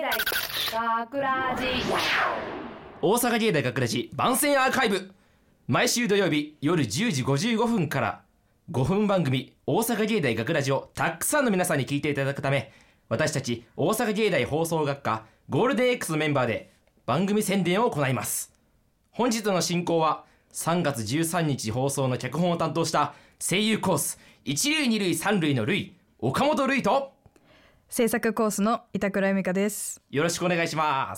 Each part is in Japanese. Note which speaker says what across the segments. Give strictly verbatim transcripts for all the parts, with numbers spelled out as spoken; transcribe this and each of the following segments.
Speaker 1: 大学ラジ
Speaker 2: 大阪芸大学ラジ番宣アーカイブ、毎週土曜日夜じゅうじごじゅうごふんからごふん番組大阪芸大学ラジをたくさんの皆さんに聞いていただくため、私たち大阪芸大放送学科ゴールデン X のメンバーで番組宣伝を行います。本日の進行はさんがつじゅうさんにち放送の脚本を担当した声優コース一塁二塁三塁の塁岡本塁と
Speaker 3: 制作コースの板倉由美香です。
Speaker 2: よろしくお願いします。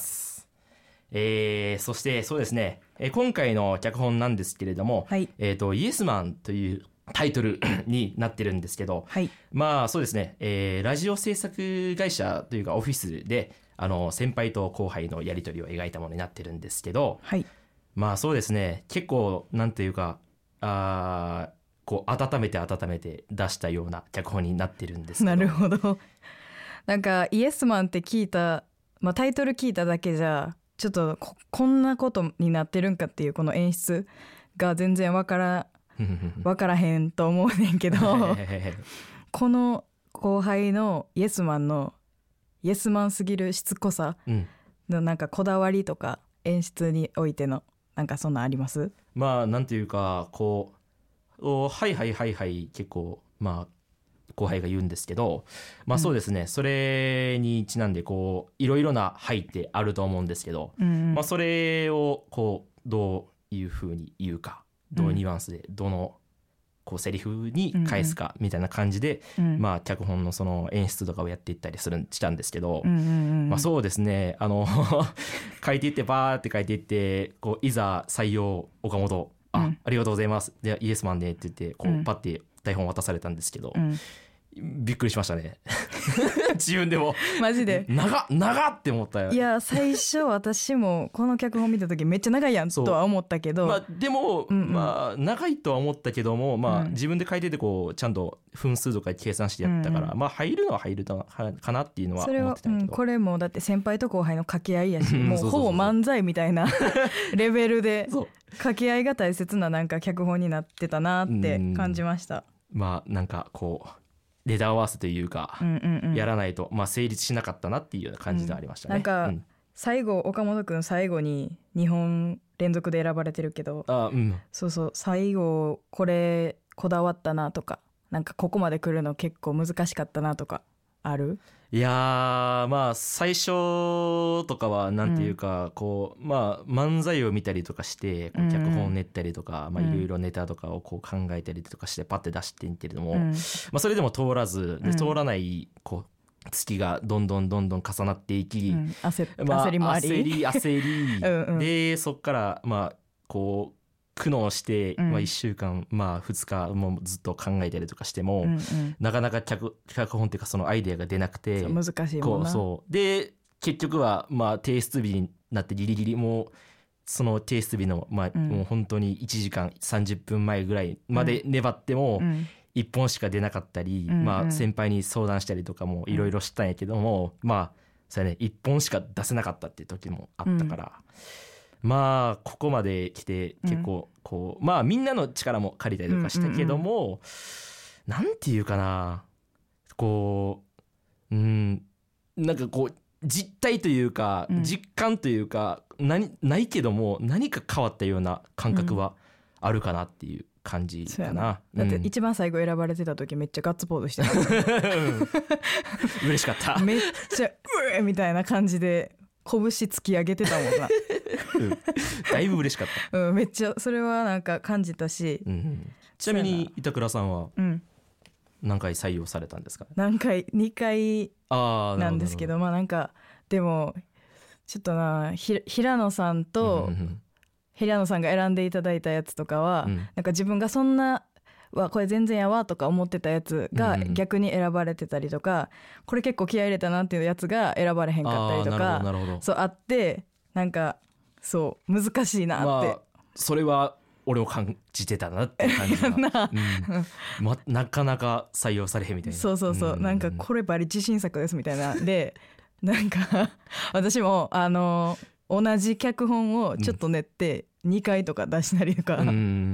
Speaker 2: えー、そしてそうですね、えー、今回の脚本なんですけれども、
Speaker 3: はい
Speaker 2: えーと、イエスマンというタイトルになってるんですけど、
Speaker 3: はい、
Speaker 2: まあそうですね、えー、ラジオ制作会社というかオフィスであの先輩と後輩のやり取りを描いたものになってるんですけど、
Speaker 3: はい、
Speaker 2: まあそうですね、結構なんていうかあこう温めて温めて出したような脚本になってるんですけど。
Speaker 3: なるほど。なんかイエスマンって聞いた、まあ、タイトル聞いただけじゃちょっと こ, こんなことになってるんかっていうこの演出が全然わからわからへんと思うねんけどこの後輩のイエスマンのイエスマンすぎるしつこさのなんかこだわりとか演出においてのなんかそんなんあります？
Speaker 2: まあなんていうかこうおはいはいはいはい結構まあ後輩が言うんですけど、まあそうですね、うん、それにちなんでこういろいろな「はい」ってあると思うんですけど、うんうん、まあそれをこうどういうふうに言うか、どういうニュアンスでどのこうセリフに返すかみたいな感じで、うんうん、まあ脚本のその演出とかをやっていったりするしたんですけど、うんうんうん、まあそうですね、あの書いていってバーって書いていってこういざ採用岡本、あ、うん、ありがとうございます、でイエスマンねって言ってこうパッて台本渡されたんですけど、うん、びっくりしましたね自分でも
Speaker 3: マジで
Speaker 2: 長っ長って思ったよ。
Speaker 3: いや最初私もこの脚本見た時めっちゃ長いやんとは思ったけど、
Speaker 2: まあ、でも、うんうん、まあ、長いとは思ったけども、まあうん、自分で書いててこうちゃんと分数とか計算してやったから、うんうん、まあ入るのは入るのかなっていうのは思ってたけど、それは、うん、
Speaker 3: これもだって先輩と後輩の掛け合いやしもうほぼ漫才みたいなレベルで掛け合いが大切ななんか脚本になってたなって感じました。
Speaker 2: まあなんかこうレダー合わせというか、うんうんうん、やらないと、まあ、成立しなかったなっていうような感じでありましたね、
Speaker 3: うん、なんか、うん、最後岡本くん最後ににほん連続で選ばれてるけど、
Speaker 2: あ、うん、
Speaker 3: そうそう最後これこだわったなとか、なんかここまで来るの結構難しかったなとかある？
Speaker 2: いやーまあ最初とかはなんていうか、うん、こうまあ漫才を見たりとかしてこう脚本を練ったりとか、うん、まあいろいろネタとかをこう考えたりとかしてパッて出してんけれども、うん、まあそれでも通らずで通らないこう月がどんどんどんどん重なっていき、うん、
Speaker 3: 焦,
Speaker 2: まあ、
Speaker 3: 焦りもあり
Speaker 2: 焦り焦り
Speaker 3: うん、うん、
Speaker 2: でそっからまあこう苦悩して、うんまあ、いっしゅうかん、まあ、ふつかもずっと考えたりとかしても、うんうん、なかなか 脚, 脚本っていうかそのアイデアが出なくて
Speaker 3: 難しいもんな。
Speaker 2: こうそうで結局はまあ提出日になってギリギリもうその提出日の、まあうん、もう本当にいちじかんさんじゅっぷんまえぐらいまで粘ってもいっぽんしか出なかったり、うんまあ、先輩に相談したりとかもいろいろしたんやけども、うん、まあそれねいっぽんしか出せなかったっていう時もあったから、うんまあここまで来て結構こう、うん、まあみんなの力も借りたりとかしたけども、うんうんうん、なんていうかなこううんなんかこう実体というか、うん、実感というか何ないけども何か変わったような感覚はあるかなっていう感じかな、
Speaker 3: うん、だって一番最後選ばれてた時めっちゃガッツポーズしてた、
Speaker 2: うん、嬉しかった
Speaker 3: めっちゃうえみたいな感じで拳突き上げてたもんな
Speaker 2: うん、だいぶ嬉しかった、
Speaker 3: うん、めっちゃそれはなんか感じたし、うん、
Speaker 2: ちなみに板倉さんは何回採用されたんですか？
Speaker 3: 何回にかいなんですけど、まあなんかでもちょっとなひ平野さんと平野さんが選んでいただいたやつとかは、うん、なんか自分がそんなわこれ全然やわとか思ってたやつが逆に選ばれてたりとか、うん、これ結構気合い入れたなっていうやつが選ばれへんかったりとかそうあってなんかそう難しいなって、まあ、
Speaker 2: それは俺を感じてたなって感じがな、うんま、なかなか採用されへんみたいな
Speaker 3: そうそうそう、うん、なんかこれバリ自信作ですみたいなでなんか私もあの同じ脚本をちょっと練ってにかいとか出したりとか、うん、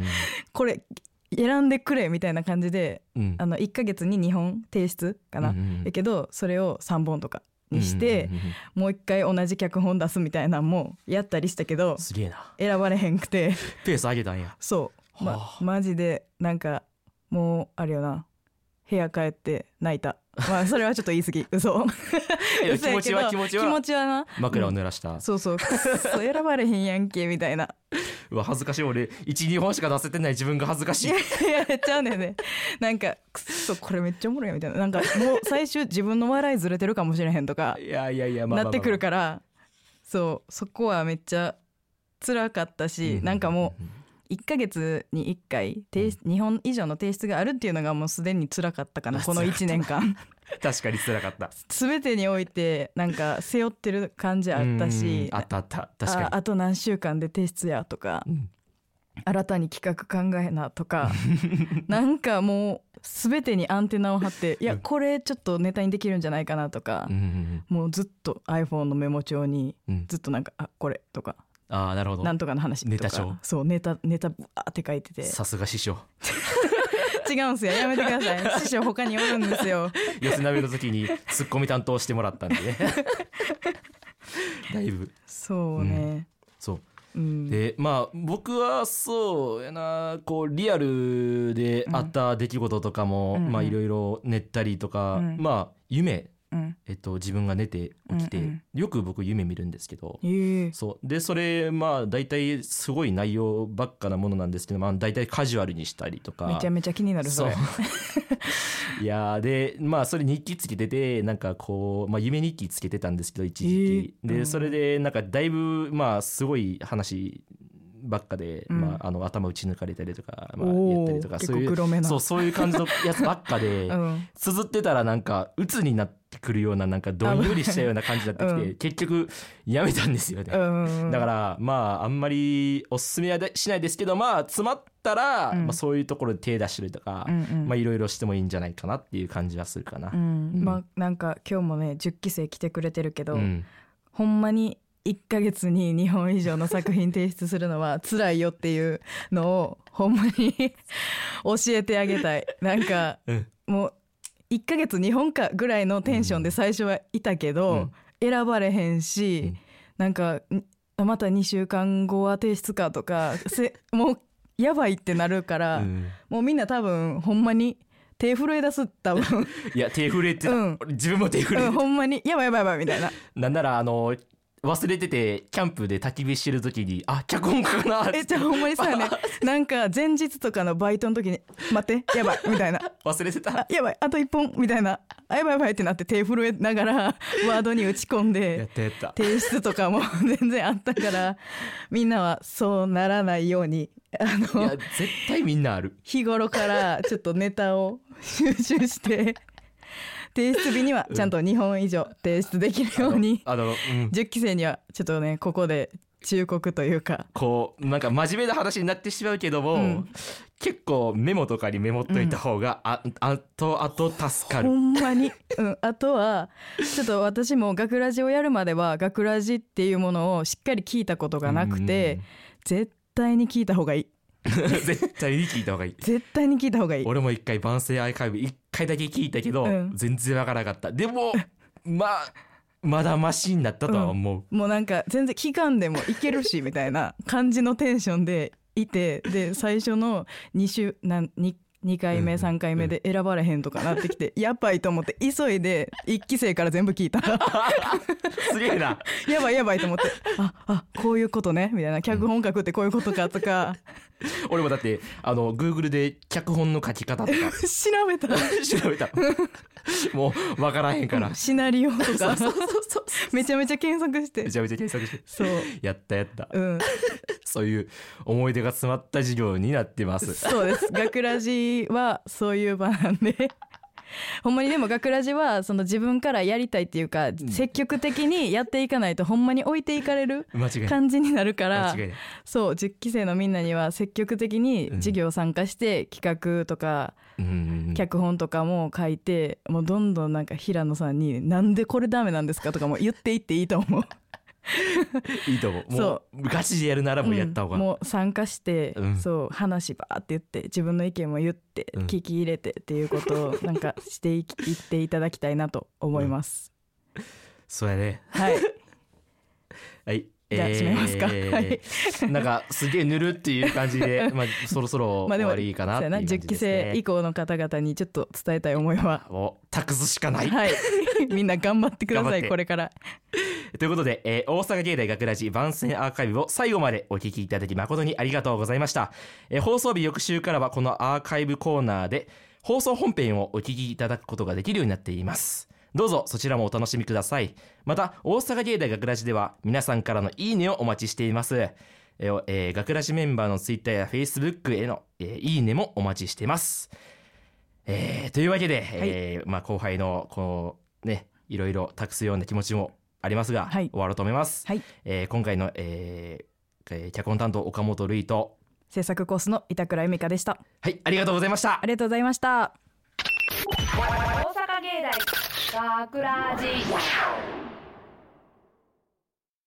Speaker 3: これ選んでくれみたいな感じで、うん、あのいっかげつににほん提出かな、うんうん、やけどそれをさんぼんとかにして
Speaker 2: うんうんうん
Speaker 3: もう一回同じ脚本出すみたいなのもやったりしたけど
Speaker 2: すげえな。
Speaker 3: 選ばれへんくて
Speaker 2: ペース上げたんや。
Speaker 3: そう、ま
Speaker 2: はあ
Speaker 3: マジでなんかもうあれよな部屋帰って泣いた。まあそれはちょっと言い過ぎ嘘
Speaker 2: いや
Speaker 3: 嘘やけど
Speaker 2: 気持ちは気持ちは
Speaker 3: 気持ちはな
Speaker 2: 枕を濡らした、
Speaker 3: そうそうくっそ選ばれへんやんけみたいな
Speaker 2: うわ恥ずかしい。俺いちにほんしか出せてない自分が恥ずかしい。
Speaker 3: いやいやめっちゃうねんねなんかくっそこれめっちゃおもろいみたいななんかもう最終自分の笑いずれてるかもしれへんとか
Speaker 2: いやいやいや、まあまあまあ
Speaker 3: なってくるからそうそこはめっちゃ辛かったし、なんかもういっかげつにいっかい提出にほん以上の提出があるっていうのがもうすでに辛かったかなこのいちねんかん
Speaker 2: 確かに辛かった。
Speaker 3: 全てにおいてなんか背負ってる感じあったし
Speaker 2: うんあったあった確かに。
Speaker 3: ああと何週間で提出やとか、
Speaker 2: うん
Speaker 3: 新たに企画考えなとかなんかもう全てにアンテナを張っていやこれちょっとネタにできるんじゃないかなとか、
Speaker 2: うんうんうん
Speaker 3: もうずっと iPhone のメモ帳に
Speaker 2: うん
Speaker 3: ずっとなんかあこれとか
Speaker 2: ああなるほど。
Speaker 3: なんとかの話とか
Speaker 2: ネタ帳
Speaker 3: そうネタネタブワーって書いてて
Speaker 2: さすが師匠。
Speaker 3: 違うんすよやめてください師匠他におるんですよ
Speaker 2: 寄せ鍋の時にツッコミ担当してもらったんでねだいぶ
Speaker 3: そうね、
Speaker 2: そう
Speaker 3: うん
Speaker 2: でまあ僕はそうやなこうリアルであった出来事とかも、
Speaker 3: うん
Speaker 2: まあいろいろ練ったりとか、
Speaker 3: うん
Speaker 2: まあ夢、
Speaker 3: うん
Speaker 2: えっと、自分が寝て起きて、
Speaker 3: うんうん
Speaker 2: よく僕夢見るんですけど、
Speaker 3: ええ
Speaker 2: そうでそれまあ大体すごい内容ばっかなものなんですけど、まあ、大体カジュアルにしたりとか
Speaker 3: めちゃめちゃ気になるそれ
Speaker 2: いやーでまあそれ日記つけててなんかこう、まあ、夢日記つけてたんですけど一時期、
Speaker 3: えーうん
Speaker 2: でそれでなんかだいぶまあすごい話ばっかで、
Speaker 3: うん
Speaker 2: まあ、あの頭打ち抜かれたりとか、まあ、
Speaker 3: おー
Speaker 2: やったりとか
Speaker 3: 結
Speaker 2: そういう
Speaker 3: 構黒めな
Speaker 2: そうそういう感じのやつばっかで、
Speaker 3: うん
Speaker 2: 綴ってたらなんか鬱になってくるようななんかどんよりしたような感じになってきて、
Speaker 3: うん
Speaker 2: 結局やめたんですよね、
Speaker 3: うん
Speaker 2: だからまああんまりおすすめはしないですけどまあ詰まったら、
Speaker 3: うん
Speaker 2: まあ、そういうところで手出したりとか、
Speaker 3: うんうん
Speaker 2: まあいろいろしてもいいんじゃないかなっていう感じはするかな。
Speaker 3: うん
Speaker 2: うん
Speaker 3: まあなんか今日もねじゅっき生来てくれてるけど、
Speaker 2: うん
Speaker 3: ほんまにいっかげつににほん以上の作品提出するのは辛いよっていうのをほんまに教えてあげたい。なんか
Speaker 2: うん
Speaker 3: もういっかげつにほんかぐらいのテンションで最初はいたけど、
Speaker 2: うん
Speaker 3: 選ばれへんし、
Speaker 2: うん
Speaker 3: なんかんまたにしゅうかんごは提出かとかせもうやばいってなるから、
Speaker 2: うん
Speaker 3: もうみんな多分ほんまに手震え出す多分、
Speaker 2: いや手震えてた、
Speaker 3: うん
Speaker 2: 俺自分も手震えてた、
Speaker 3: うん、ほんまにやばいやばいやばいみたいな
Speaker 2: なんならあの忘れててキャンプで焚き火してる時にあ脚本家かなって
Speaker 3: えじゃあほんまにそうやねなんか前日とかのバイトの時に待ってやばいみたいな
Speaker 2: 忘れてた
Speaker 3: あやばいあと一本みたいなあやばいやばいってなって手震えながらワードに打ち込ん
Speaker 2: やっ
Speaker 3: で
Speaker 2: たやった
Speaker 3: 提出とかも全然あったからみんなはそうならないようにあ
Speaker 2: い
Speaker 3: の
Speaker 2: や絶対みんなある
Speaker 3: 日頃からちょっとネタを収集して提出日にはちゃんとにほん以上提出できるように
Speaker 2: あの、うん、
Speaker 3: じゅっき生にはちょっとねここで忠告というか
Speaker 2: こうなんか真面目な話になってしまうけども、
Speaker 3: うん
Speaker 2: 結構メモとかにメモっといた方が、ああとあと助か
Speaker 3: ほ
Speaker 2: る。
Speaker 3: んまに、うん、あとはちょっと私も学ラジをやるまでは学ラジっていうものをしっかり聞いたことがなくて絶対に聞いた方がいい
Speaker 2: 絶対に聞いた方がいい。
Speaker 3: 絶対に聞いた方がいい
Speaker 2: 俺も一回万世アーカイブ一回だけ聞いたけど、
Speaker 3: うん
Speaker 2: 全然わからなかった。でもまあまだマシになったとは思う、
Speaker 3: もうなんか全然期間でもいけるしみたいな感じのテンションでいてで最初の2週なんににかいめさんかいめで選ばれへんとかなってきてやばいと思って急いでいっき生から全部聞いた
Speaker 2: すげえな。
Speaker 3: やばいやばいと思ってああこういうことねみたいな脚本書くってこういうことかとか
Speaker 2: 俺もだってあの Google で脚本の書き方とか
Speaker 3: 調べた
Speaker 2: 調べたもう分からへんから
Speaker 3: シナリオとか
Speaker 2: そうそうそうそう
Speaker 3: めちゃめちゃ検索して
Speaker 2: めちゃめちゃ検索して
Speaker 3: そう
Speaker 2: やったやった、
Speaker 3: うん
Speaker 2: そういう思い出が詰まった授業になってます
Speaker 3: そうです学ラジはそういう場なんでほんまにでも学ラジはその自分からやりたいっていうか、
Speaker 2: ん
Speaker 3: 積極的にやっていかないとほんまに置いていかれる
Speaker 2: 間違いない
Speaker 3: 感じになるから
Speaker 2: 間違いない
Speaker 3: そうじゅっき生のみんなには積極的に授業参加して企画とか
Speaker 2: うんうんうん
Speaker 3: 脚本とかも書いてもうどんどんなんか平野さんになんでこれダメなんですかとかも言っていっていいと思う
Speaker 2: いいと思うも
Speaker 3: そう
Speaker 2: ガチでやるならもうやった方が、
Speaker 3: うんもう参加して、
Speaker 2: うん
Speaker 3: そう話バーって言って自分の意見も言って、
Speaker 2: うん
Speaker 3: 聞き入れてっていうことをなんかしていきいっていただきたいなと思います、
Speaker 2: そうやね。
Speaker 3: はい
Speaker 2: はい
Speaker 3: じゃあ締めますか、
Speaker 2: えー
Speaker 3: はい
Speaker 2: なんかすげえぬるっていう感じで、まあ、そろそろ終
Speaker 3: まあでも
Speaker 2: わりかなっていう感じですね。
Speaker 3: じゅっきせい以降の方々にちょっと伝えたい思いは
Speaker 2: を託すしかない、
Speaker 3: はいみんな頑張ってくださ
Speaker 2: 頑張って
Speaker 3: いこれから。
Speaker 2: ということで、えー大阪芸大学ラジ番宣アーカイブを最後までお聞きいただき誠にありがとうございました。えー放送日翌週からはこのアーカイブコーナーで放送本編をお聞きいただくことができるようになっています。どうぞそちらもお楽しみください。また大阪芸大学ラジでは皆さんからのいいねをお待ちしています。えーえー学ラジメンバーのツイッターやフェイスブックへの、えーいいねもお待ちしています。えーというわけで、えーまあ、後輩のこうねいろいろ託すような気持ちもありますが、
Speaker 3: はい
Speaker 2: 終わろうと思います。
Speaker 3: はい
Speaker 2: えー今回の、えーえー脚本担当岡本瑠衣と
Speaker 3: 制作コースの板倉由美香でした。
Speaker 2: はいありがとうございました。
Speaker 3: ありがとうございました。
Speaker 1: 大阪芸大学ラジ